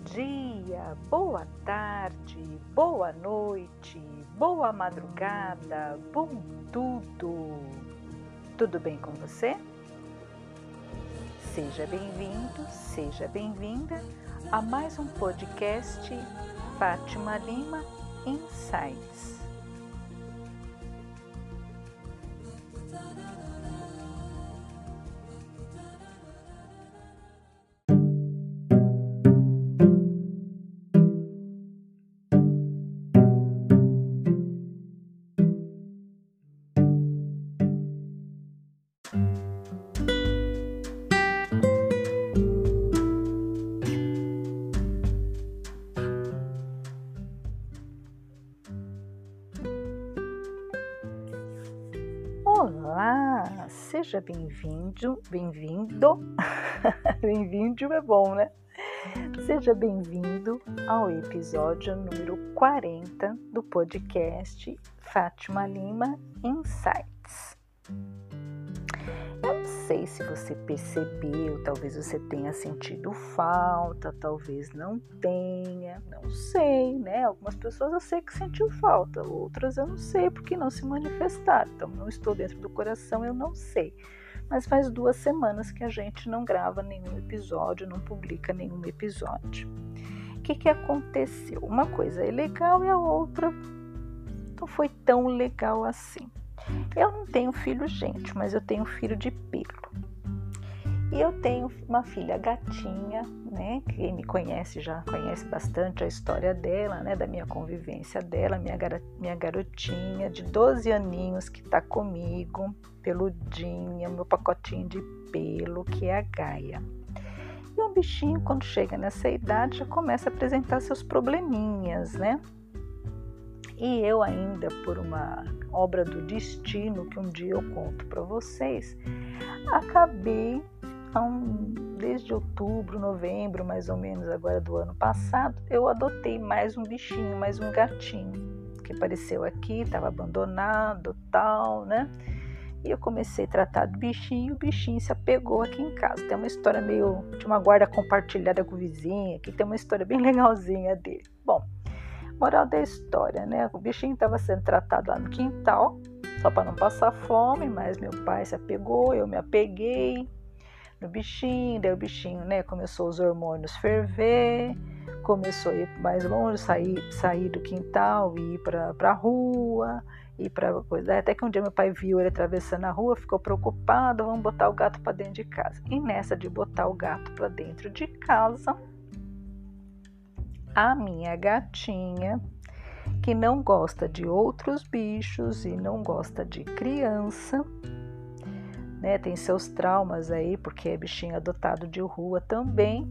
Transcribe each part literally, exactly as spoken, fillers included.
dia, boa tarde, boa noite, boa madrugada, bom tudo! Tudo bem com você? Seja bem-vindo, seja bem-vinda a mais um podcast Fátima Lima Insights. Olá, seja bem-vindo, bem-vindo, bem-vindo é bom, né? Seja bem-vindo ao episódio número quarenta do podcast Fátima Lima Insights. Eu não sei se você percebeu, talvez você tenha sentido falta, talvez não tenha, não sei, né? Algumas pessoas eu sei que sentiu falta, outras eu não sei porque não se manifestaram, então não estou dentro do coração, eu não sei. Mas faz duas semanas que a gente não grava nenhum episódio, não publica nenhum episódio. O que que aconteceu? Uma coisa é legal e a outra não foi tão legal assim. Eu não tenho filho, gente, mas eu tenho filho de pelo. E eu tenho uma filha gatinha, né? Quem me conhece já conhece bastante a história dela, né? Da minha convivência dela, minha, gar- minha garotinha de doze aninhos que tá comigo, peludinha, meu pacotinho de pelo, que é a Gaia. E um bichinho, quando chega nessa idade, já começa a apresentar seus probleminhas, né? E eu ainda, por uma obra do destino, que um dia eu conto para vocês, acabei, um, desde outubro, novembro, mais ou menos agora do ano passado, eu adotei mais um bichinho, mais um gatinho, que apareceu aqui, estava abandonado, tal, né? E eu comecei a tratar do bichinho, o bichinho se apegou aqui em casa. Tem uma história meio de uma guarda compartilhada com o vizinho, que tem uma história bem legalzinha dele. Bom, moral da história, né? O bichinho estava sendo tratado lá no quintal, só para não passar fome, mas meu pai se apegou, eu me apeguei no bichinho, daí o bichinho, né, começou os hormônios ferver, começou a ir mais longe, sair, sair do quintal e ir para a rua, ir para coisa. Até que um dia meu pai viu ele atravessando a rua, ficou preocupado, vamos botar o gato para dentro de casa. E nessa de botar o gato para dentro de casa, a minha gatinha, que não gosta de outros bichos e não gosta de criança, né, tem seus traumas aí, porque é bichinho adotado de rua também,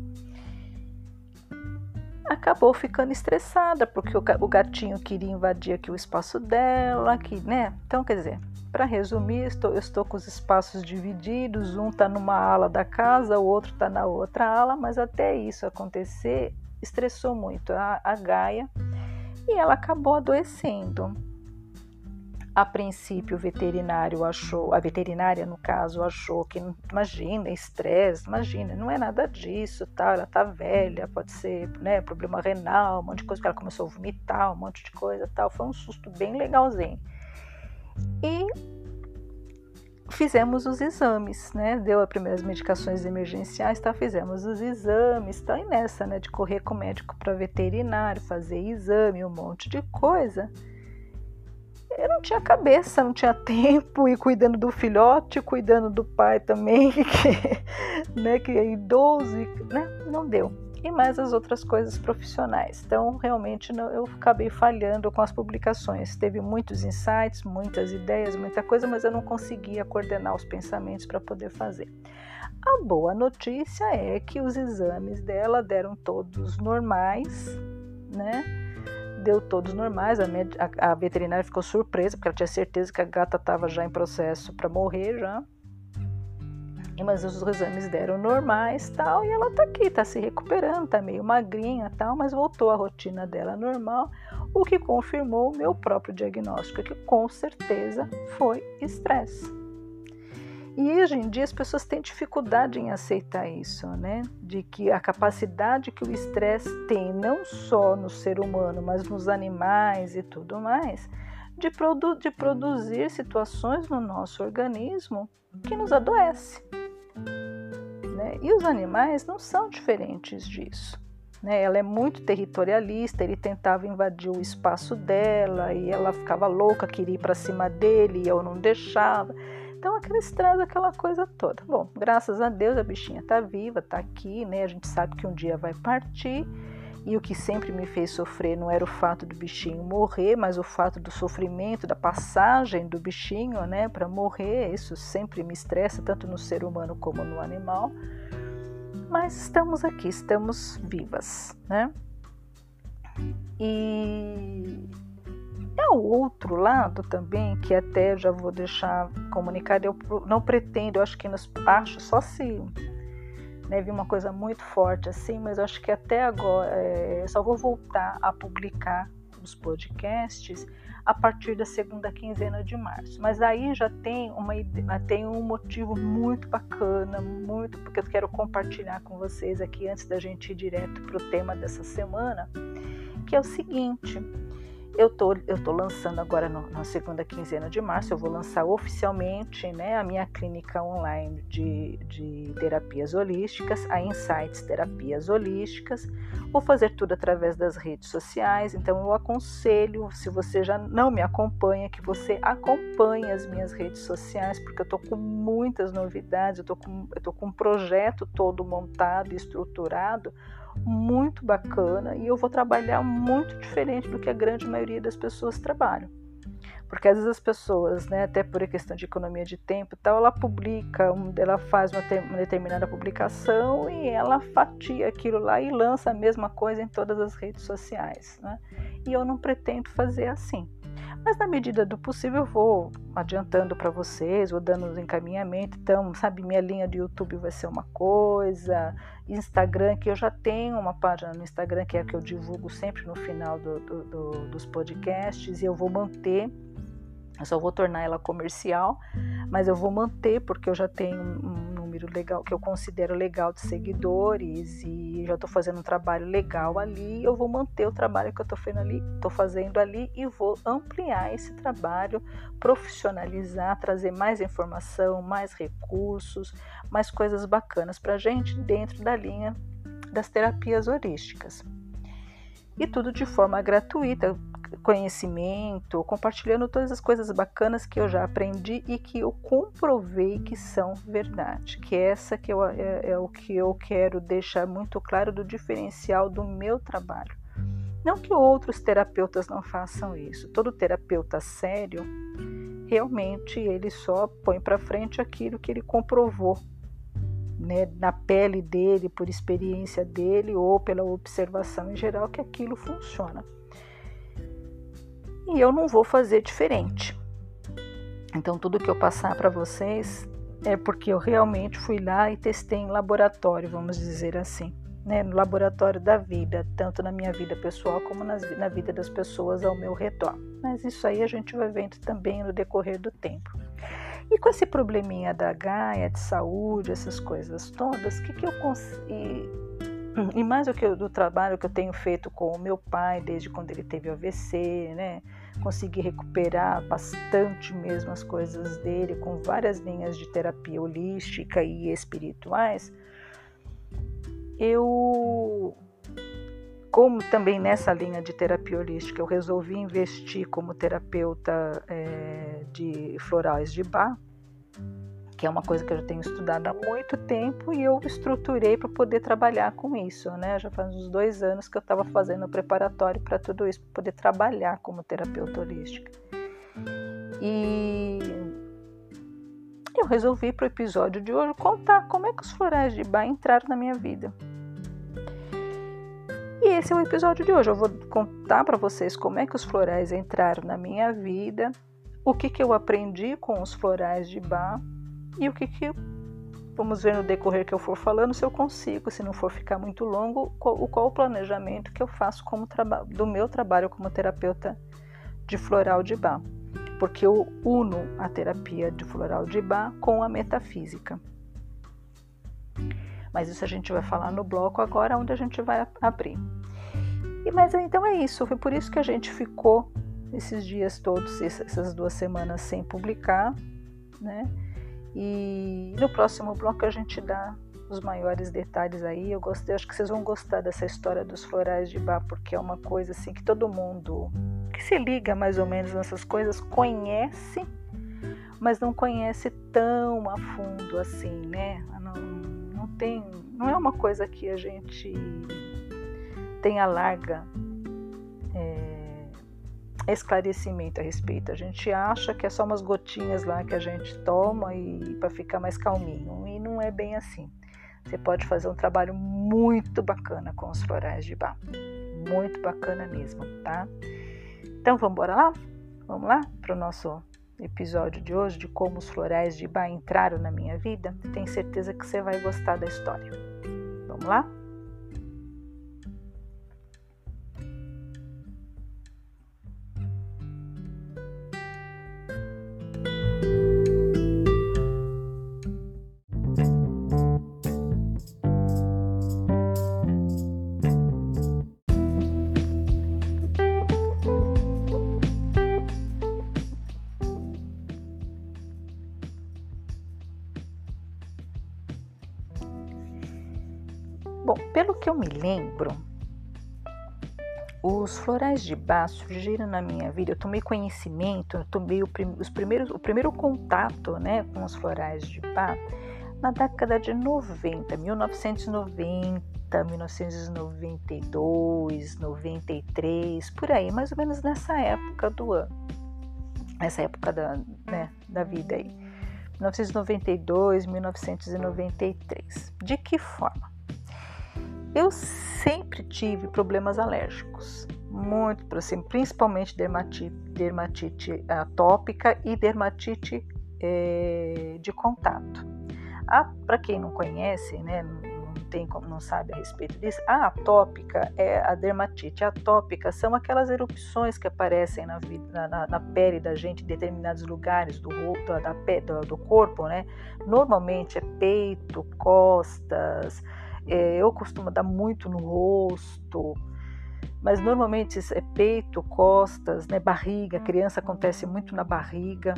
acabou ficando estressada, porque o gatinho queria invadir aqui o espaço dela, que, né? Então, quer dizer, para resumir, estou, eu estou com os espaços divididos, um está numa ala da casa, o outro está na outra ala, mas até isso acontecer, estressou muito a, a Gaia e ela acabou adoecendo. A princípio o veterinário achou, a veterinária no caso achou que, imagina, estresse, imagina, não é nada disso, tá? Ela tá velha, pode ser, né, problema renal, um monte de coisa, porque ela começou a vomitar, um monte de coisa, tal. Foi um susto bem legalzinho. E fizemos os exames, né? Deu as primeiras medicações emergenciais, tá? Fizemos os exames, tá? E nessa, né, de correr com o médico para veterinário, fazer exame, um monte de coisa. Eu não tinha cabeça, não tinha tempo, e cuidando do filhote, cuidando do pai também, que, né, que é idoso, né, não deu. E mais as outras coisas profissionais. Então, realmente, não, eu acabei falhando com as publicações. Teve muitos insights, muitas ideias, muita coisa, mas eu não conseguia coordenar os pensamentos para poder fazer. A boa notícia é que os exames dela deram todos normais, né? Deu todos normais, a, med- a, a veterinária ficou surpresa, porque ela tinha certeza que a gata estava já em processo para morrer já, e, mas os exames deram normais, tal, e ela tá aqui, tá se recuperando, tá meio magrinha, tal, mas voltou à rotina dela normal, o que confirmou o meu próprio diagnóstico, que com certeza foi estresse. E hoje em dia as pessoas têm dificuldade em aceitar isso, né? De que a capacidade que o estresse tem, não só no ser humano, mas nos animais e tudo mais, de, produ- de produzir situações no nosso organismo que nos adoece, né? E os animais não são diferentes disso, né? Ela é muito territorialista, ele tentava invadir o espaço dela e ela ficava louca, queria ir para cima dele e eu não deixava. Então aquele estresse, aquela coisa toda. Bom, graças a Deus a bichinha está viva, está aqui, né? A gente sabe que um dia vai partir. E o que sempre me fez sofrer não era o fato do bichinho morrer, mas o fato do sofrimento, da passagem do bichinho, né, para morrer. Isso sempre me estressa, tanto no ser humano como no animal. Mas estamos aqui, estamos vivas, né? E é o outro lado também, que até já vou deixar comunicado, eu não pretendo, eu acho que nos, acho só se, né, vi uma coisa muito forte assim, mas eu acho que até agora, é, eu só vou voltar a publicar os podcasts a partir da segunda quinzena de março. Mas aí já tem, uma, tem um motivo muito bacana, muito, porque eu quero compartilhar com vocês aqui antes da gente ir direto para o tema dessa semana, que é o seguinte. Eu tô, eu tô lançando agora no, na segunda quinzena de março, eu vou lançar oficialmente, né, a minha clínica online de, de terapias holísticas, a Insights Terapias Holísticas. Vou fazer tudo através das redes sociais, então eu aconselho, se você já não me acompanha, que você acompanhe as minhas redes sociais, porque eu tô com muitas novidades, eu tô com, eu tô com um projeto todo montado e estruturado, muito bacana, e eu vou trabalhar muito diferente do que a grande maioria das pessoas trabalham, porque às vezes as pessoas, né, até por questão de economia de tempo e tal, ela publica, ela faz uma, uma determinada publicação e ela fatia aquilo lá e lança a mesma coisa em todas as redes sociais, né? E eu não pretendo fazer assim. Mas na medida do possível eu vou adiantando para vocês, vou dando os encaminhamentos. Então, sabe, minha linha do YouTube vai ser uma coisa, Instagram, que eu já tenho uma página no Instagram, que é a que eu divulgo sempre no final do, do, do, dos podcasts, e eu vou manter, eu só vou tornar ela comercial, mas eu vou manter porque eu já tenho um número legal, que eu considero legal de seguidores, e já estou fazendo um trabalho legal ali. Eu vou manter o trabalho que eu estou fazendo ali, tô fazendo ali e vou ampliar esse trabalho, profissionalizar, trazer mais informação, mais recursos, mais coisas bacanas para a gente dentro da linha das terapias holísticas. E tudo de forma gratuita, conhecimento, compartilhando todas as coisas bacanas que eu já aprendi e que eu comprovei que são verdade. Que essa que eu, é, é o que eu quero deixar muito claro do diferencial do meu trabalho. Não que outros terapeutas não façam isso. Todo terapeuta sério, realmente, ele só põe para frente aquilo que ele comprovou, né, na pele dele, por experiência dele ou pela observação em geral, que aquilo funciona. E eu não vou fazer diferente. Então tudo que eu passar para vocês é porque eu realmente fui lá e testei em laboratório, vamos dizer assim, né, no laboratório da vida, tanto na minha vida pessoal como nas, na vida das pessoas ao meu redor. Mas isso aí a gente vai vendo também no decorrer do tempo. E com esse probleminha da Gaia, de saúde, essas coisas todas, o que, que eu consegui, e mais do que eu, do trabalho que eu tenho feito com o meu pai, desde quando ele teve A V C, né? Consegui recuperar bastante mesmo as coisas dele, com várias linhas de terapia holística e espirituais. Eu, como também nessa linha de terapia holística, eu resolvi investir como terapeuta é, de florais de Bach, que é uma coisa que eu já tenho estudado há muito tempo, e eu estruturei para poder trabalhar com isso, né? Já faz uns dois anos que eu estava fazendo o preparatório para tudo isso, para poder trabalhar como terapeuta holística. E eu resolvi para o episódio de hoje contar como é que os florais de Bach entraram na minha vida. E esse é o episódio de hoje. Eu vou contar para vocês como é que os florais entraram na minha vida, o que, que eu aprendi com os florais de Bach, e o que que, vamos ver no decorrer que eu for falando, se eu consigo, se não for ficar muito longo, qual, qual o planejamento que eu faço como traba- do meu trabalho como terapeuta de floral de Bach. porque eu uno a terapia de floral de Bach com a metafísica. Mas isso a gente vai falar no bloco agora, onde a gente vai abrir. E, mas então é isso, foi por isso que a gente ficou esses dias todos, essas duas semanas sem publicar, né? E no próximo bloco a gente dá os maiores detalhes aí. Eu gostei, acho que vocês vão gostar dessa história dos florais de Bach, porque é uma coisa assim que todo mundo que se liga mais ou menos nessas coisas conhece, mas não conhece tão a fundo assim, né? Não, não tem, não é uma coisa que a gente tenha larga é, esclarecimento a respeito. A gente acha que é só umas gotinhas lá que a gente toma e para ficar mais calminho, e não é bem assim. Você pode fazer um trabalho muito bacana com os florais de Bach, muito bacana mesmo, tá? Então vamos embora lá? Vamos lá para o nosso episódio de hoje, de como os florais de Bach entraram na minha vida. Tenho certeza que você vai gostar da história. Vamos lá? Bom, pelo que eu me lembro, os florais de Bach surgiram na minha vida. Eu tomei conhecimento, eu tomei o, prim, os primeiros, o primeiro contato, né, com os florais de Bach na década de noventa, mil novecentos e noventa, mil novecentos e noventa e dois, noventa e três, por aí, mais ou menos nessa época do ano, nessa época da, né, da vida aí, mil novecentos e noventa e dois, mil novecentos e noventa e três. De que forma? Eu sempre tive problemas alérgicos, muito, assim, principalmente dermatite, dermatite atópica e dermatite é, de contato. Para quem não conhece, né, não, tem, não sabe a respeito disso, a atópica é a dermatite atópica, são aquelas erupções que aparecem na, na, na pele da gente em determinados lugares do, da, da, do corpo, né? Normalmente é peito, costas. Eu costumo dar muito no rosto, mas normalmente é peito, costas, né, barriga. Criança acontece muito na barriga,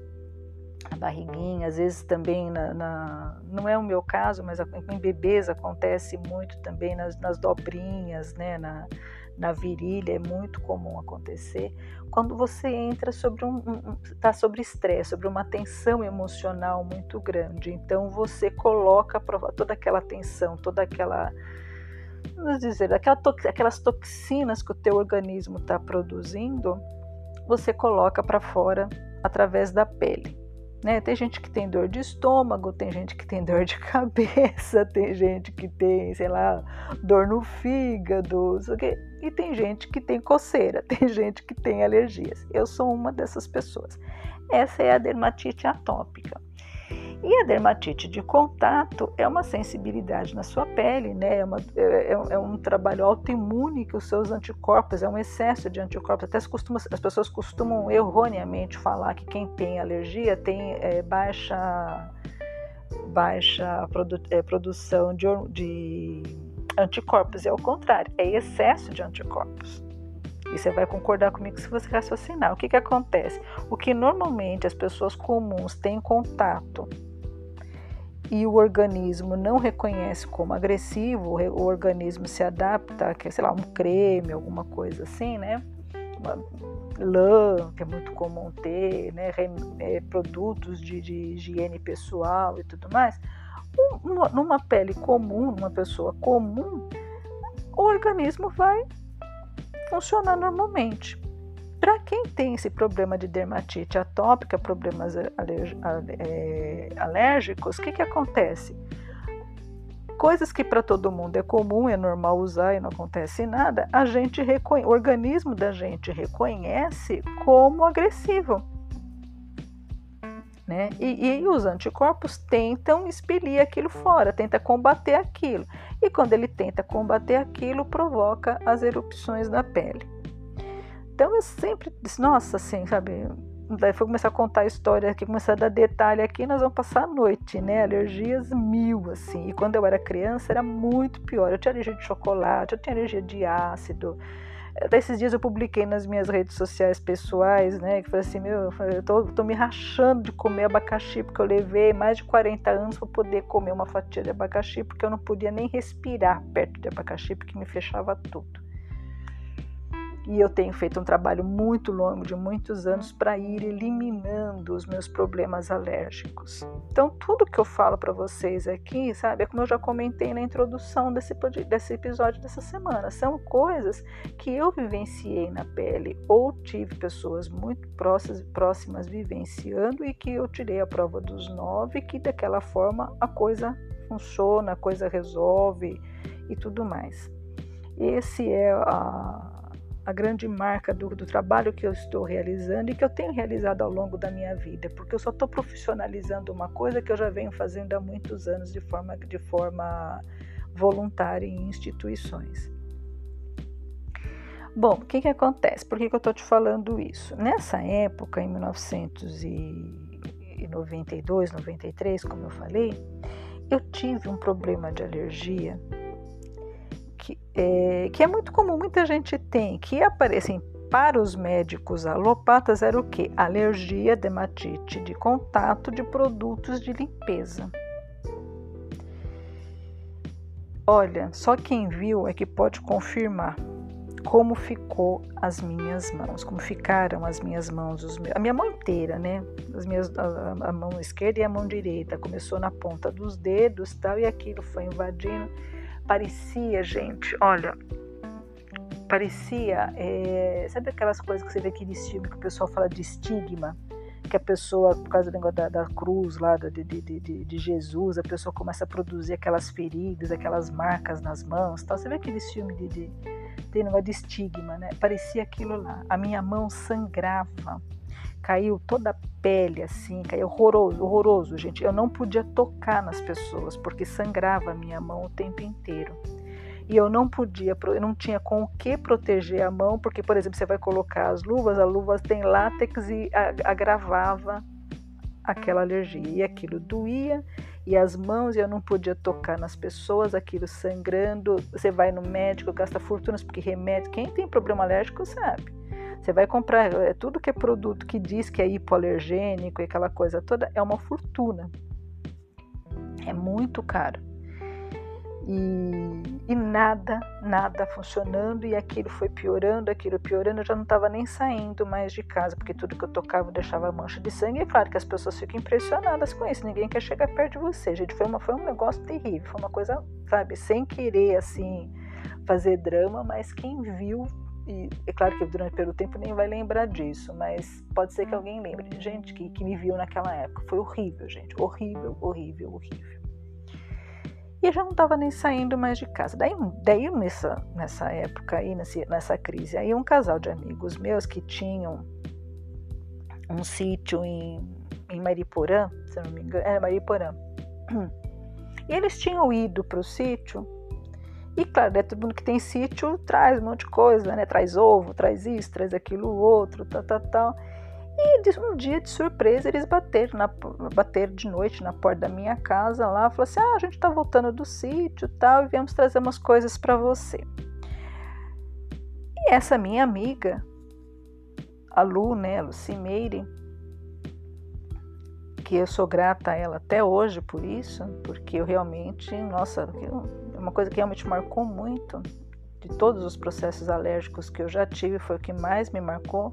a barriguinha, às vezes também, na, na, não é o meu caso, mas em bebês acontece muito também nas, nas dobrinhas, né, na, na virilha, é muito comum acontecer. Quando você entra sobre um, um tá sobre estresse, sobre uma tensão emocional muito grande, então você coloca toda aquela tensão, toda aquela, vamos dizer, aquela, aquelas toxinas que o teu organismo está produzindo, você coloca para fora através da pele. Né? Tem gente que tem dor de estômago, tem gente que tem dor de cabeça, tem gente que tem, sei lá, dor no fígado, e tem gente que tem coceira, tem gente que tem alergias. Eu sou uma dessas pessoas. Essa é a dermatite atópica. E a dermatite de contato é uma sensibilidade na sua pele, né? É, uma, é, é um trabalho autoimune que os seus anticorpos, é um excesso de anticorpos. Até se costuma, as pessoas costumam erroneamente falar que quem tem alergia tem é, baixa, baixa produ, é, produção de, de anticorpos. É o contrário, é excesso de anticorpos. E você vai concordar comigo se você raciocinar. O que, que acontece? O que normalmente as pessoas comuns têm contato e o organismo não reconhece como agressivo, o organismo se adapta, que é, sei lá, um creme, alguma coisa assim, né? Uma lã, que é muito comum ter, né? É, produtos de, de higiene pessoal e tudo mais. Um, numa pele comum, numa pessoa comum, o organismo vai funcionar normalmente. Para quem tem esse problema de dermatite atópica, problemas alérgicos, o que, que acontece? Coisas que para todo mundo é comum, é normal usar e não acontece nada, a gente reconhece, o organismo da gente reconhece como agressivo. Né? E, e os anticorpos tentam expelir aquilo fora, tenta combater aquilo. E quando ele tenta combater aquilo, provoca as erupções na pele. Então eu sempre disse, nossa, assim, sabe, daí foi começar a contar a história aqui, começar a dar detalhe aqui, nós vamos passar a noite, né? Alergias mil, assim. E quando eu era criança era muito pior. Eu tinha alergia de chocolate, eu tinha alergia de ácido. Desses dias eu publiquei nas minhas redes sociais pessoais, né, que falei assim, meu, eu tô, tô me rachando de comer abacaxi, porque eu levei mais de quarenta anos para poder comer uma fatia de abacaxi, porque eu não podia nem respirar perto de abacaxi, porque me fechava tudo. E eu tenho feito um trabalho muito longo, de muitos anos, para ir eliminando os meus problemas alérgicos. Então, tudo que eu falo para vocês aqui, sabe, é como eu já comentei na introdução desse, desse episódio dessa semana. São coisas que eu vivenciei na pele ou tive pessoas muito próximas, próximas vivenciando e que eu tirei a prova dos nove, que daquela forma a coisa funciona, a coisa resolve e tudo mais. Esse é a... a grande marca do, do trabalho que eu estou realizando e que eu tenho realizado ao longo da minha vida, porque eu só estou profissionalizando uma coisa que eu já venho fazendo há muitos anos de forma, de forma voluntária em instituições. Bom, o que que acontece? Por que que eu estou te falando isso? Nessa época, em mil novecentos e noventa e dois, noventa e três, como eu falei, eu tive um problema de alergia Que é, que é muito comum, muita gente tem, que aparecem para os médicos alopatas era o quê? Alergia, dermatite de contato de produtos de limpeza. Olha, só quem viu é que pode confirmar como ficou as minhas mãos, como ficaram as minhas mãos, os meus, a minha mão inteira, né? As minhas, a, a mão esquerda e a mão direita, começou na ponta dos dedos, tal, e aquilo foi invadindo. Parecia, gente, olha, parecia, é, sabe aquelas coisas que você vê aqueles filmes que o pessoal fala de estigma? Que a pessoa, por causa do negócio da, da cruz lá, de, de, de, de Jesus, a pessoa começa a produzir aquelas feridas, aquelas marcas nas mãos, tal. Você vê aqueles filmes de, de, de negócio de estigma, né? Parecia aquilo lá. A minha mão sangrava. Caiu toda a pele assim, caiu horroroso, horroroso, gente. Eu não podia tocar nas pessoas, porque sangrava a minha mão o tempo inteiro. E eu não podia, eu não tinha com o que proteger a mão, porque, por exemplo, você vai colocar as luvas, a luva tem látex e agravava aquela alergia. E aquilo doía, e as mãos, eu não podia tocar nas pessoas, aquilo sangrando. Você vai no médico, gasta fortunas, porque remédio, quem tem problema alérgico sabe. Você vai comprar é, tudo que é produto que diz que é hipoalergênico e aquela coisa toda, é uma fortuna. É muito caro. E, e nada, nada funcionando, e aquilo foi piorando, aquilo piorando, eu já não estava nem saindo mais de casa, porque tudo que eu tocava deixava mancha de sangue. E é claro que as pessoas ficam impressionadas com isso, ninguém quer chegar perto de você, gente. Foi, uma, foi um negócio terrível, foi uma coisa, sabe, sem querer, assim, fazer drama, mas quem viu. E é claro que durante pelo tempo nem vai lembrar disso, mas pode ser que alguém lembre. Gente que, que me viu naquela época. Foi horrível, gente. Horrível, horrível, horrível. E eu já não estava nem saindo mais de casa. Daí, daí nessa, nessa época, aí, nessa, nessa crise, aí um casal de amigos meus que tinham um sítio em, em Mariporã, se eu não me engano, era Mariporã. E eles tinham ido para o sítio. E claro, né, todo mundo que tem sítio traz um monte de coisa, né? Traz ovo, traz isso, traz aquilo outro, tal, tal, tal. E um dia, de surpresa, eles bateram, na, bateram de noite na porta da minha casa lá, falaram assim, ah, a gente tá voltando do sítio e tal, e viemos trazer umas coisas para você. E essa minha amiga, a Lu, né, a Lucimeire, que eu sou grata a ela até hoje por isso, porque eu realmente, nossa, é uma coisa que realmente marcou muito, de todos os processos alérgicos que eu já tive, foi o que mais me marcou.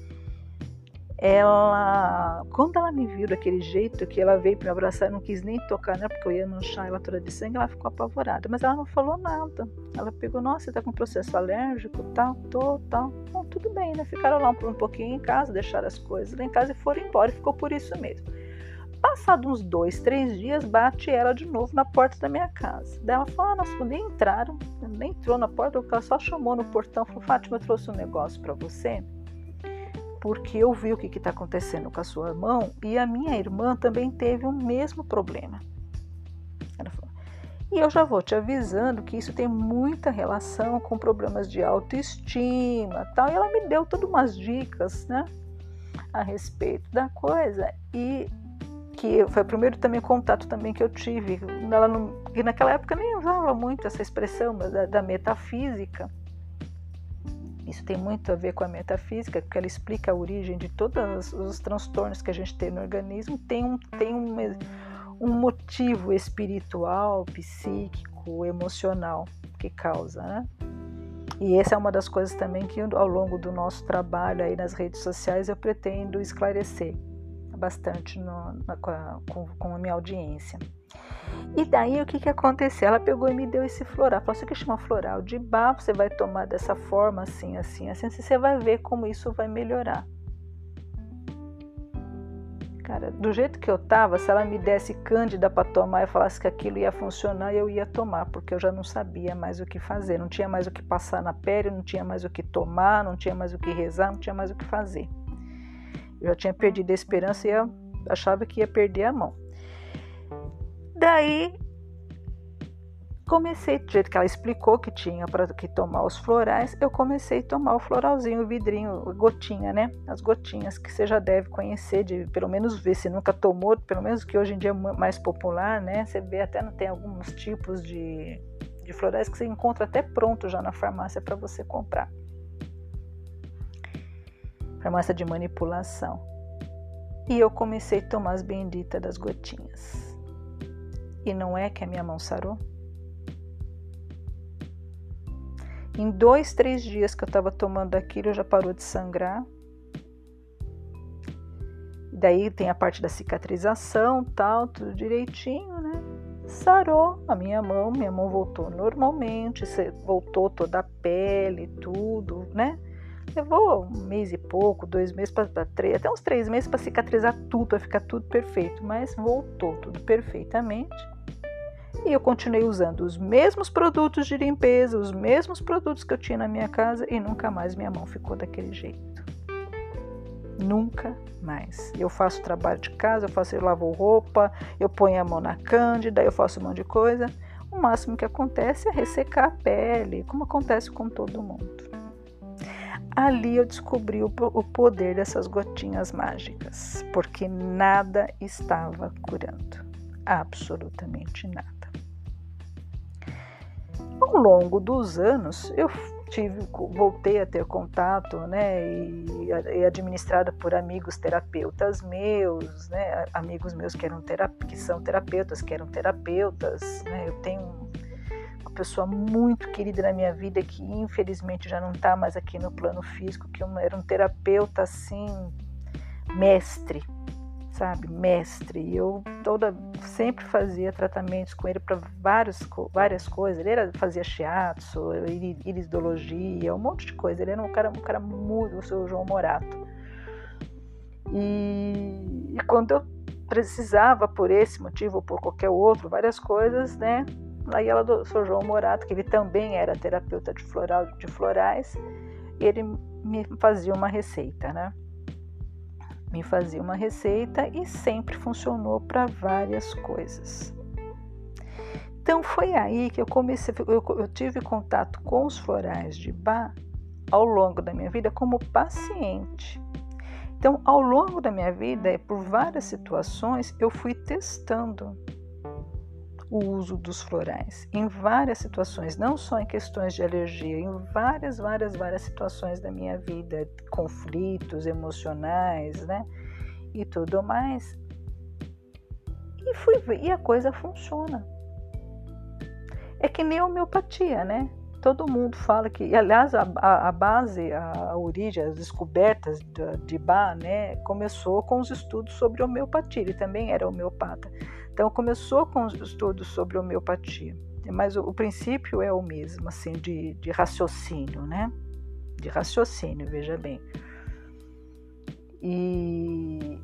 Ela, quando ela me viu daquele jeito, que ela veio para me abraçar, não quis nem tocar, né, porque eu ia manchar ela toda de sangue, ela ficou apavorada, mas ela não falou nada. Ela pegou, nossa, você tá com processo alérgico, tal, tô, tal. Bom, tudo bem, né, ficaram lá um, um pouquinho em casa, deixaram as coisas lá em casa e foram embora, e ficou por isso mesmo. Passado uns dois, três dias, bate ela de novo na porta da minha casa. Daí ela falou, ah, nossa, nem entraram, nem entrou na porta, ela só chamou no portão, falou, Fátima, eu trouxe um negócio para você, porque eu vi o que está acontecendo com a sua irmã, e a minha irmã também teve o mesmo problema. Ela falou, e eu já vou te avisando que isso tem muita relação com problemas de autoestima, tal. E ela me deu todas umas dicas, né? a respeito da coisa, e que foi o primeiro também contato também que eu tive. Ela não, e naquela época nem usava muito essa expressão da, da metafísica. Isso tem muito a ver com a metafísica, porque ela explica a origem de todos os transtornos que a gente tem no organismo. Tem um, tem um, um motivo espiritual, psíquico, emocional que causa, né? E essa é uma das coisas também que ao longo do nosso trabalho aí nas redes sociais eu pretendo esclarecer bastante no, na, com, com a minha audiência. E daí o que, que aconteceu? Ela pegou e me deu esse floral. Falou, isso aqui chama floral de Bach, você vai tomar dessa forma, assim, assim, assim, você vai ver como isso vai melhorar. Cara, do jeito que eu tava, se ela me desse cândida para tomar e falasse que aquilo ia funcionar, eu ia tomar, porque eu já não sabia mais o que fazer, não tinha mais o que passar na pele, não tinha mais o que tomar, não tinha mais o que rezar, não tinha mais o que fazer. Eu já tinha perdido a esperança e eu achava que ia perder a mão. Daí, comecei, do jeito que ela explicou que tinha para que tomar os florais, eu comecei a tomar o floralzinho, o vidrinho, a gotinha, né? As gotinhas que você já deve conhecer, de pelo menos ver, se nunca tomou, pelo menos que hoje em dia é mais popular, né? Você vê até, tem alguns tipos de, de florais que você encontra até pronto já na farmácia para você comprar. Farmácia de manipulação. E eu comecei a tomar as benditas das gotinhas. E não é que a minha mão sarou? Em dois, três dias que eu estava tomando aquilo, já parou de sangrar. Daí tem a parte da cicatrização, tal, tudo direitinho, né? Sarou a minha mão, minha mão voltou normalmente, voltou toda a pele, tudo, né? Levou um mês e pouco, dois meses, para três, até uns três meses para cicatrizar tudo, para ficar tudo perfeito, mas voltou tudo perfeitamente. E eu continuei usando os mesmos produtos de limpeza, os mesmos produtos que eu tinha na minha casa e nunca mais minha mão ficou daquele jeito. Nunca mais. Eu faço trabalho de casa, eu faço, eu lavo roupa, eu ponho a mão na cândida, eu faço um monte de coisa. O máximo que acontece é ressecar a pele, como acontece com todo mundo. Ali eu descobri o poder dessas gotinhas mágicas, porque nada estava curando, absolutamente nada. Ao longo dos anos, eu tive, voltei a ter contato, né, e, e administrada por amigos terapeutas meus, né, amigos meus que, eram terap- que são terapeutas, que eram terapeutas, né, eu tenho uma pessoa muito querida na minha vida que infelizmente já não está mais aqui no plano físico, que era um terapeuta assim, mestre, sabe, mestre, e eu toda, sempre fazia tratamentos com ele para várias coisas. Ele era, fazia shiatsu, iridologia, um monte de coisa. Ele era um cara, um cara muito, o seu João Morato. E, e quando eu precisava, por esse motivo ou por qualquer outro, várias coisas, né, aí ela do seu João Morato, que ele também era terapeuta de, floral, de florais, ele me fazia uma receita, né? Me fazia uma receita e sempre funcionou para várias coisas. Então foi aí que eu comecei, eu, eu tive contato com os florais de Bach ao longo da minha vida como paciente. Então, ao longo da minha vida, por várias situações, eu fui testando o uso dos florais em várias situações, não só em questões de alergia, em várias, várias, várias situações da minha vida, conflitos emocionais, né, e tudo mais. E fui ver, e a coisa funciona. É que nem a homeopatia, né? Todo mundo fala que, e, aliás, a, a, a base, a, a origem, as descobertas de, de Bach, né, começou com os estudos sobre homeopatia. Ele também era homeopata. Então, começou com os estudos sobre homeopatia, mas o, o princípio é o mesmo, assim, de, de raciocínio, né? De raciocínio, veja bem. E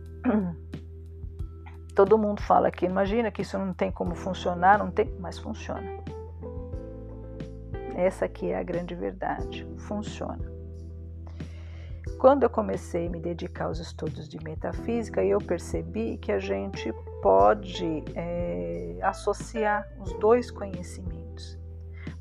todo mundo fala que, imagina que isso não tem como funcionar, não tem, mas funciona. Essa aqui é a grande verdade, funciona. Quando eu comecei a me dedicar aos estudos de metafísica, eu percebi que a gente pode é, associar os dois conhecimentos.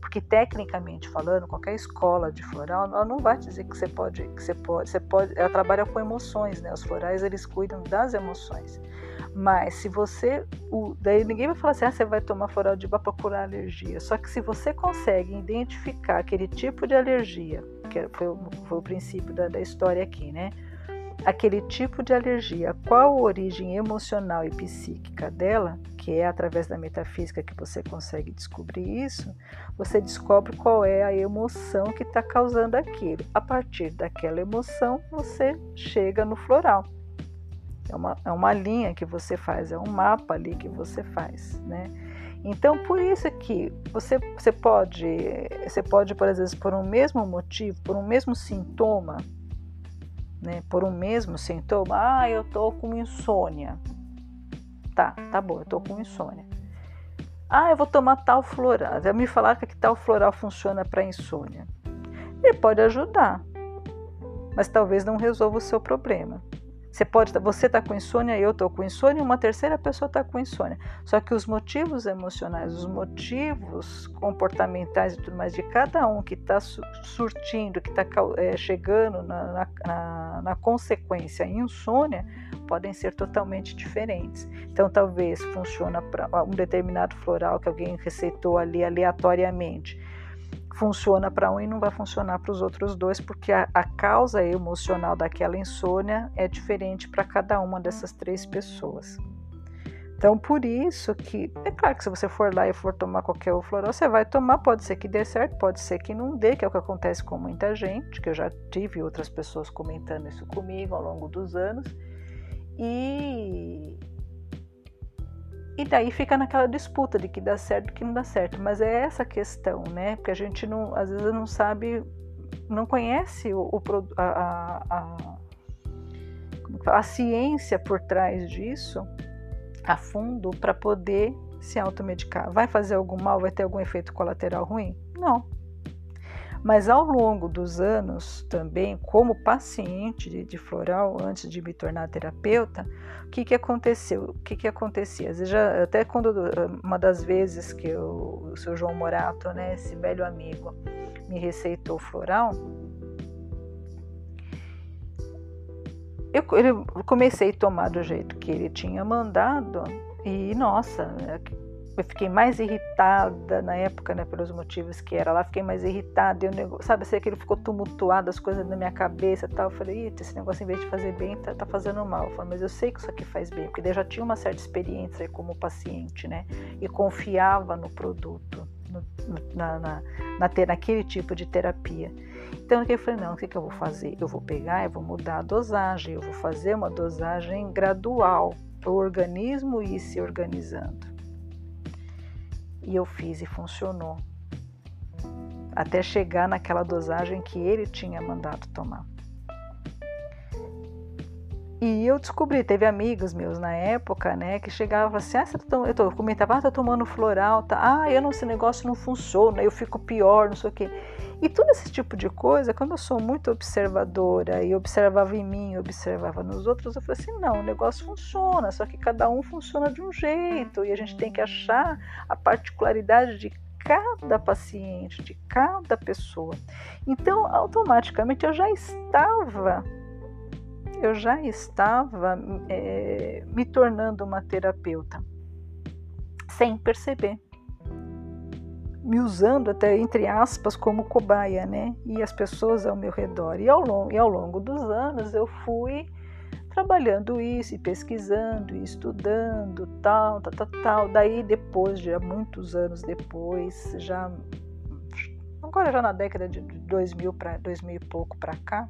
porque tecnicamente falando, qualquer escola de floral, ela não vai dizer que você pode, que você pode, você pode, ela trabalha com emoções, né? Os florais, eles cuidam das emoções. Mas se você, o, daí ninguém vai falar assim, ah, você vai tomar floral de para procurar alergia. Só que se você consegue identificar aquele tipo de alergia, que foi, foi o princípio da, da história aqui, né? Aquele tipo de alergia, qual a origem emocional e psíquica dela, que é através da metafísica que você consegue descobrir isso, você descobre qual é a emoção que está causando aquilo. A partir daquela emoção, você chega no floral. É uma, é uma linha que você faz, é um mapa ali que você faz, né? Então, por isso que você, você, pode, você pode, por exemplo, por um mesmo motivo, por um mesmo sintoma, né, por um mesmo sintoma, ah, eu tô com insônia. Tá, tá bom, eu tô com insônia. Ah, eu vou tomar tal floral. Já me falaram que tal floral funciona para insônia. Ele pode ajudar, mas talvez não resolva o seu problema. Você pode, você está com insônia, eu estou com insônia, uma terceira pessoa está com insônia. Só que os motivos emocionais, os motivos comportamentais e tudo mais de cada um que está surtindo, que está é, chegando na, na, na consequência insônia, podem ser totalmente diferentes. Então, talvez funcione para um determinado floral que alguém receitou ali aleatoriamente. Funciona para um e não vai funcionar para os outros dois, porque a, a causa emocional daquela insônia é diferente para cada uma dessas três pessoas. Então, por isso que, é claro que se você for lá e for tomar qualquer floral, você vai tomar, pode ser que dê certo, pode ser que não dê, que é o que acontece com muita gente, que eu já tive outras pessoas comentando isso comigo ao longo dos anos, e... E daí fica naquela disputa de que dá certo e que não dá certo. Mas é essa questão, né? Porque a gente não, às vezes não sabe, não conhece o, o, a, a, a, a ciência por trás disso a fundo para poder se automedicar. Vai fazer algum mal? Vai ter algum efeito colateral ruim? Não. Mas ao longo dos anos também, como paciente de, de floral, antes de me tornar terapeuta, o que que aconteceu? O que que acontecia? Às vezes já, até quando, uma das vezes que eu, o seu João Morato, né, esse velho amigo, me receitou floral, eu, eu comecei a tomar do jeito que ele tinha mandado e, nossa, eu fiquei mais irritada na época, né, pelos motivos que era lá, fiquei mais irritada, eu, sabe, assim, aquilo ficou tumultuado, as coisas na minha cabeça e tal, eu falei, eita, esse negócio em vez de fazer bem, tá, tá fazendo mal, eu falei, mas eu sei que isso aqui faz bem, porque eu já tinha uma certa experiência como paciente, né, e confiava no produto, no, na, na, na ter, naquele tipo de terapia. Então eu falei, não, o que, que eu vou fazer? Eu vou pegar, eu vou mudar a dosagem, eu vou fazer uma dosagem gradual, para o organismo ir se organizando. E eu fiz e funcionou, até chegar naquela dosagem que ele tinha mandado tomar. E eu descobri, teve amigos meus na época, né, que chegavam assim, ah, você tá tom... eu, tô, eu comentava, ah, tô tomando floral, tá? Ah, eu não, esse negócio não funciona, eu fico pior, não sei o quê. E todo esse tipo de coisa, como eu sou muito observadora e observava em mim, observava nos outros, eu falei assim, não, o negócio funciona, só que cada um funciona de um jeito e a gente tem que achar a particularidade de cada paciente, de cada pessoa. Então, automaticamente eu já estava, eu já estava é, me tornando uma terapeuta, sem perceber. Me usando até, entre aspas, como cobaia, né? E as pessoas ao meu redor. E ao longo, e ao longo dos anos eu fui trabalhando isso, e pesquisando, e estudando, tal, tal, tal, tal. Daí depois, já muitos anos depois, já agora já na década de dois mil para dois mil e pouco para cá,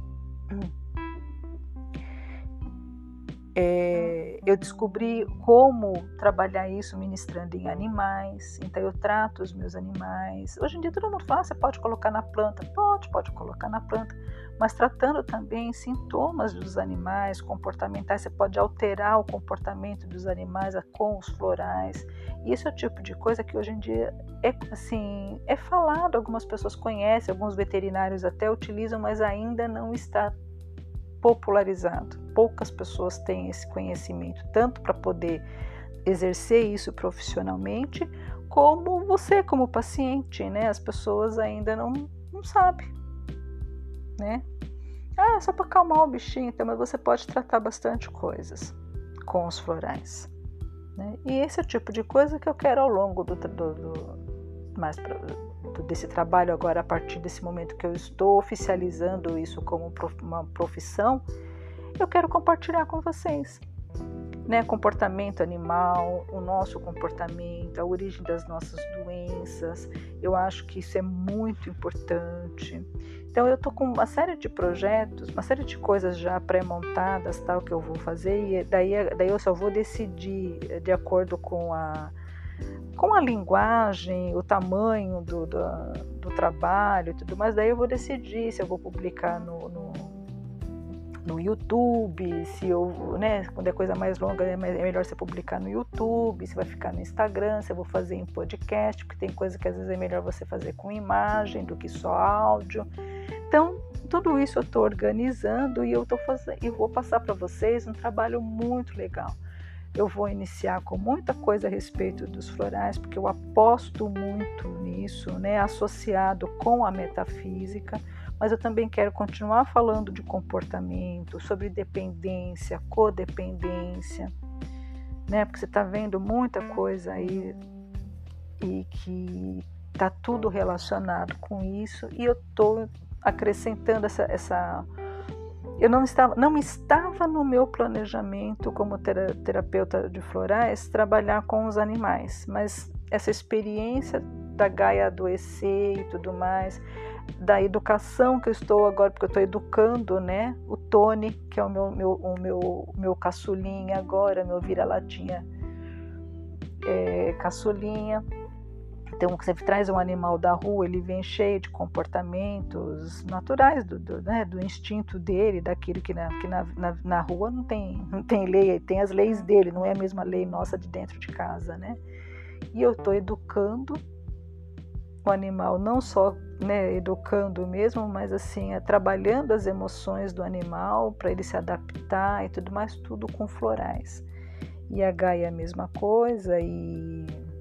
É, eu descobri como trabalhar isso ministrando em animais, então eu trato os meus animais. Hoje em dia todo mundo fala, ah, você pode colocar na planta, pode, pode colocar na planta, mas tratando também sintomas dos animais, comportamentais, você pode alterar o comportamento dos animais com os florais. E esse é o tipo de coisa que hoje em dia é, assim, é falado, algumas pessoas conhecem, alguns veterinários até utilizam, mas ainda não está popularizado. Poucas pessoas têm esse conhecimento, tanto para poder exercer isso profissionalmente, como você, como paciente, né? As pessoas ainda não, não sabem, né? Ah, é só para acalmar o bichinho, então, mas você pode tratar bastante coisas com os florais, né? E esse é o tipo de coisa que eu quero ao longo do, do, do mais pra, do, desse trabalho agora, a partir desse momento que eu estou oficializando isso como uma profissão, eu quero compartilhar com vocês, né? Comportamento animal, o nosso comportamento, a origem das nossas doenças. Eu acho que isso é muito importante. Então eu estou com uma série de projetos, uma série de coisas já pré-montadas, tal, que eu vou fazer, e daí, daí eu só vou decidir de acordo com a, com a linguagem, o tamanho do, do, do trabalho e tudo mais. Daí eu vou decidir se eu vou publicar no, no, no YouTube, se eu, né, quando é coisa mais longa é melhor você publicar no YouTube, se vai ficar no Instagram, se eu vou fazer em podcast, porque tem coisa que às vezes é melhor você fazer com imagem do que só áudio. Então, tudo isso eu estou organizando e eu tô fazendo, e vou passar para vocês um trabalho muito legal. Eu vou iniciar com muita coisa a respeito dos florais, porque eu aposto muito nisso, né, associado com a metafísica, mas eu também quero continuar falando de comportamento, sobre dependência, codependência, né, porque você está vendo muita coisa aí e que está tudo relacionado com isso, e eu estou acrescentando essa, essa... Eu não estava, não estava no meu planejamento como terapeuta de florais trabalhar com os animais, mas essa experiência da Gaia adoecer e tudo mais, da educação que eu estou agora, porque eu estou educando, né, o Tony, que é o meu, meu, o meu, meu caçulinha agora, meu vira-latinha é, caçulinha. Então, você traz um animal da rua, ele vem cheio de comportamentos naturais do, do, né, do instinto dele, daquilo que, na, que na, na, na rua não tem, não tem lei, tem as leis dele, não é a mesma lei nossa de dentro de casa, né? E eu estou educando o animal, não só, né, educando mesmo, mas assim, é, trabalhando as emoções do animal para ele se adaptar e tudo mais, tudo com florais. E a Gaia é a mesma coisa, e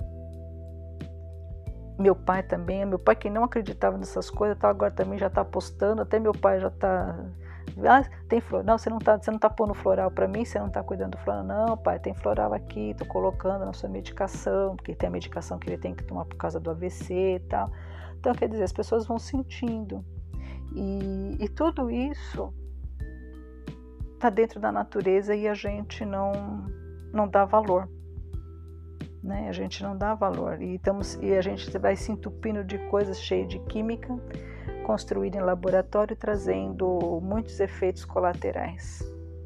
meu pai também, meu pai que não acreditava nessas coisas, tá, agora também já está apostando, até meu pai já está, ah, tem floral, não, você não está você não tá pondo floral para mim, você não está cuidando do floral, não pai, tem floral aqui, estou colocando na sua medicação, porque tem a medicação que ele tem que tomar por causa do A V C e tal. Então, quer dizer, as pessoas vão sentindo, e, e tudo isso está dentro da natureza e a gente não, não dá valor. Né? A gente não dá valor e, estamos, e a gente vai se entupindo de coisas cheias de química, construída em laboratório, trazendo muitos efeitos colaterais,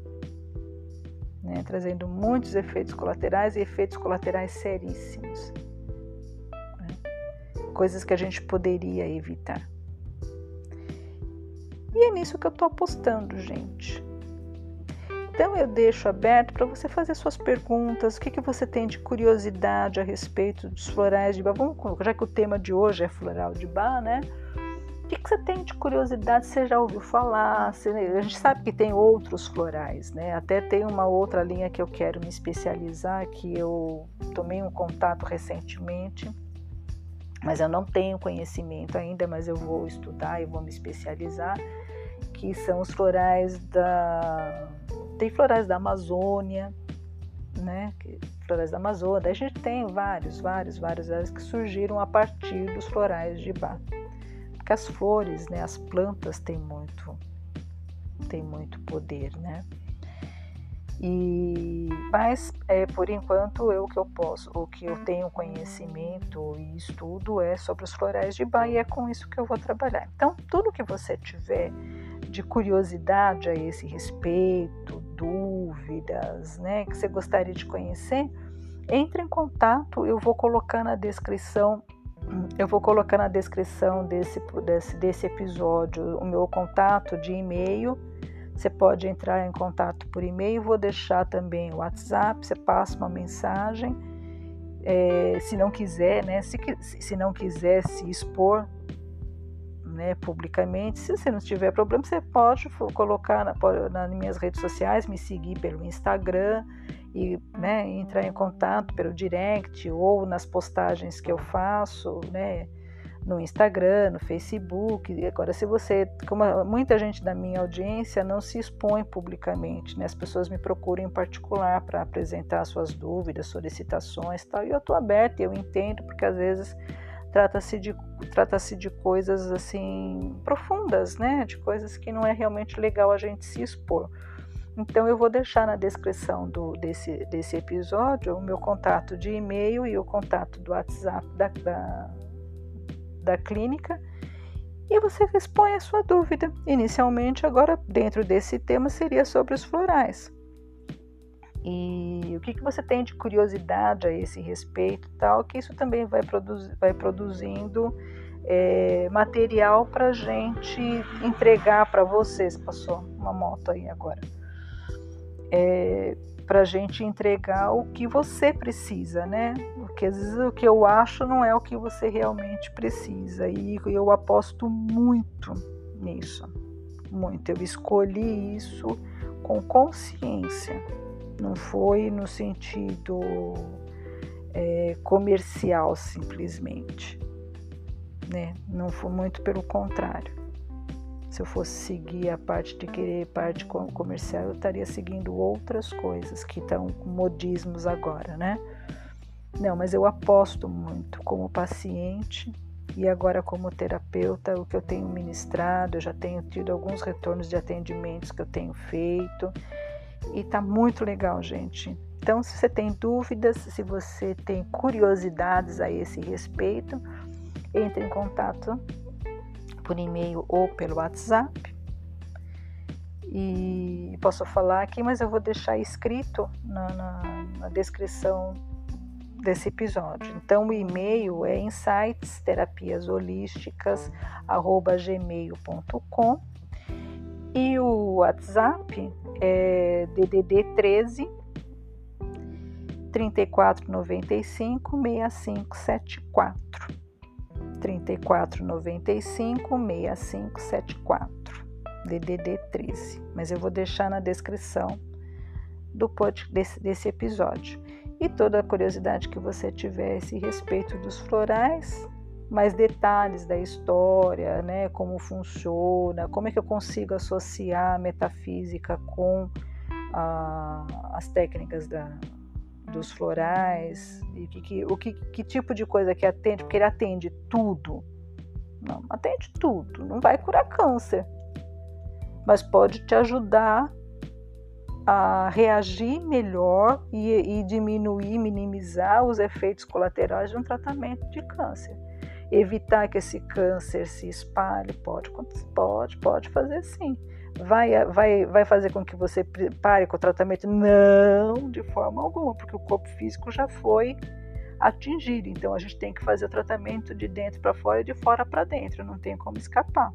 né? Trazendo muitos efeitos colaterais e efeitos colaterais seríssimos, né? Coisas que a gente poderia evitar. E é nisso que eu estou apostando, gente. Então eu deixo aberto para você fazer suas perguntas, o que, que você tem de curiosidade a respeito dos florais de Bach. Vamos, já que o tema de hoje é floral de Bach, né? O que, que você tem de curiosidade? Você já ouviu falar? Você, a gente sabe que tem outros florais, né? Até tem uma outra linha que eu quero me especializar, que eu tomei um contato recentemente, mas eu não tenho conhecimento ainda, mas eu vou estudar e vou me especializar, que são os florais da... Tem florais da Amazônia, né? Florais da Amazônia. Daí a gente tem vários, vários, vários, vários que surgiram a partir dos florais de Bach. Porque as flores, né? As plantas têm muito, têm muito poder, né? E, mas, é, por enquanto, eu, o que eu posso, o que eu tenho conhecimento e estudo é sobre os florais de Bach, e é com isso que eu vou trabalhar. Então, tudo que você tiver de curiosidade a esse respeito, dúvidas, né, que você gostaria de conhecer, entre em contato. Eu vou colocar na descrição, eu vou colocar na descrição desse, desse, desse episódio o meu contato de e-mail. Você pode entrar em contato por e-mail, vou deixar também o WhatsApp, você passa uma mensagem, é, se não quiser, né, se, se não quiser se expor, né, publicamente. Se você não tiver problema, você pode colocar na, nas minhas redes sociais, me seguir pelo Instagram e, né, entrar em contato pelo direct ou nas postagens que eu faço, né, no Instagram, no Facebook. Agora, se você, como muita gente da minha audiência não se expõe publicamente, né, as pessoas me procuram em particular para apresentar suas dúvidas, solicitações e tal, e eu estou aberta, eu entendo, porque às vezes trata-se de, trata-se de coisas assim profundas, né, de coisas que não é realmente legal a gente se expor. Então eu vou deixar na descrição do, desse, desse episódio o meu contato de e-mail e o contato do WhatsApp da, da, da clínica, e você expõe a sua dúvida. Inicialmente, agora dentro desse tema, seria sobre os florais. E o que, que você tem de curiosidade a esse respeito, tal, que isso também vai, produzir, vai produzindo é, material para a gente entregar para vocês. Passou uma moto aí agora. É, para a gente entregar o que você precisa, né? Porque às vezes o que eu acho não é o que você realmente precisa, e eu aposto muito nisso, muito. Eu escolhi isso com consciência, não foi no sentido é, comercial simplesmente, né? Não foi, muito pelo contrário. Se eu fosse seguir a parte de querer parte comercial, eu estaria seguindo outras coisas que estão modismos agora, né? Não, mas eu aposto muito como paciente e agora como terapeuta, o que eu tenho ministrado, eu já tenho tido alguns retornos de atendimentos que eu tenho feito e tá muito legal, gente. Então, se você tem dúvidas, se você tem curiosidades a esse respeito, entre em contato por e-mail ou pelo WhatsApp, e posso falar aqui, mas eu vou deixar escrito na, na, na descrição desse episódio. Então o e-mail é insights terapias holísticas arroba gmail ponto com e o WhatsApp é D D D treze, trinta e quatro, noventa e cinco, sessenta e cinco setenta e quatro. trinta e quatro, noventa e cinco, sessenta e cinco setenta e quatro, D D D treze, mas eu vou deixar na descrição do pod, desse, desse episódio. E toda a curiosidade que você tiver a esse respeito dos florais, mais detalhes da história, né, como funciona, como é que eu consigo associar a metafísica com a, as técnicas da dos florais, e que, que, o que, que tipo de coisa que atende, porque ele atende tudo. Não, atende tudo, não vai curar câncer, mas pode te ajudar a reagir melhor e, e diminuir, minimizar os efeitos colaterais de um tratamento de câncer. Evitar que esse câncer se espalhe, pode, pode, pode fazer sim. Vai, vai, vai fazer com que você pare com o tratamento? Não, de forma alguma, porque o corpo físico já foi atingido. Então a gente tem que fazer o tratamento de dentro para fora e de fora para dentro. Não tem como escapar,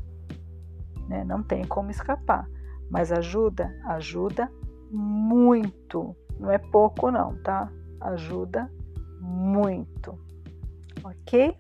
né? Não tem como escapar. Mas ajuda? Ajuda muito. Não é pouco não, tá? Ajuda muito. Ok?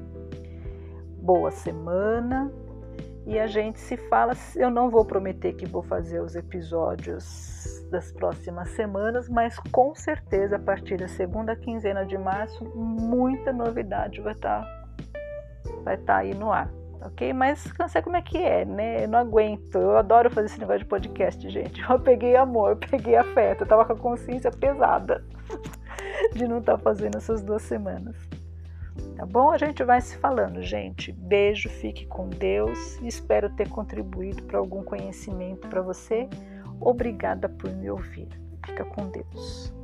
Boa semana. E a gente se fala. Eu não vou prometer que vou fazer os episódios das próximas semanas, mas com certeza a partir da segunda quinzena de março, muita novidade vai estar vai estar aí no ar, ok? Mas não sei como é que é, né? Eu não aguento. Eu adoro fazer esse negócio de podcast, gente. Eu peguei amor, eu peguei afeto. Eu tava com a consciência pesada de não estar fazendo essas duas semanas. Tá bom? A gente vai se falando, gente. Beijo, fique com Deus. Espero ter contribuído para algum conhecimento para você. Obrigada por me ouvir. Fica com Deus.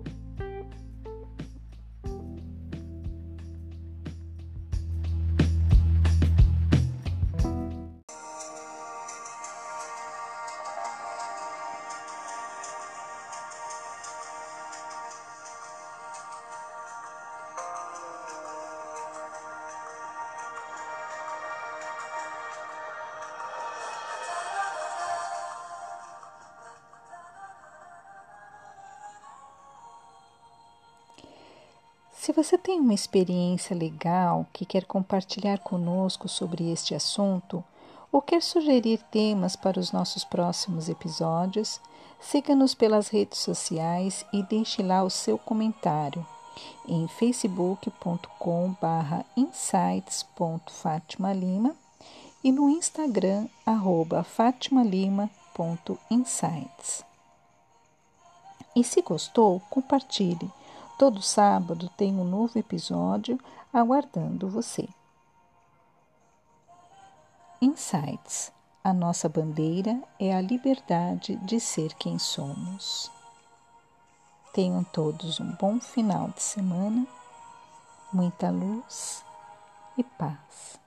Se você tem uma experiência legal que quer compartilhar conosco sobre este assunto ou quer sugerir temas para os nossos próximos episódios, Siga-nos pelas redes sociais e deixe lá o seu comentário em facebook ponto com barra insights ponto fatima lima e no Instagram, arroba fatimalima ponto insights. E se gostou, compartilhe. Todo sábado tem um novo episódio aguardando você. Insights. A nossa bandeira é a liberdade de ser quem somos. Tenham todos um bom final de semana, muita luz e paz.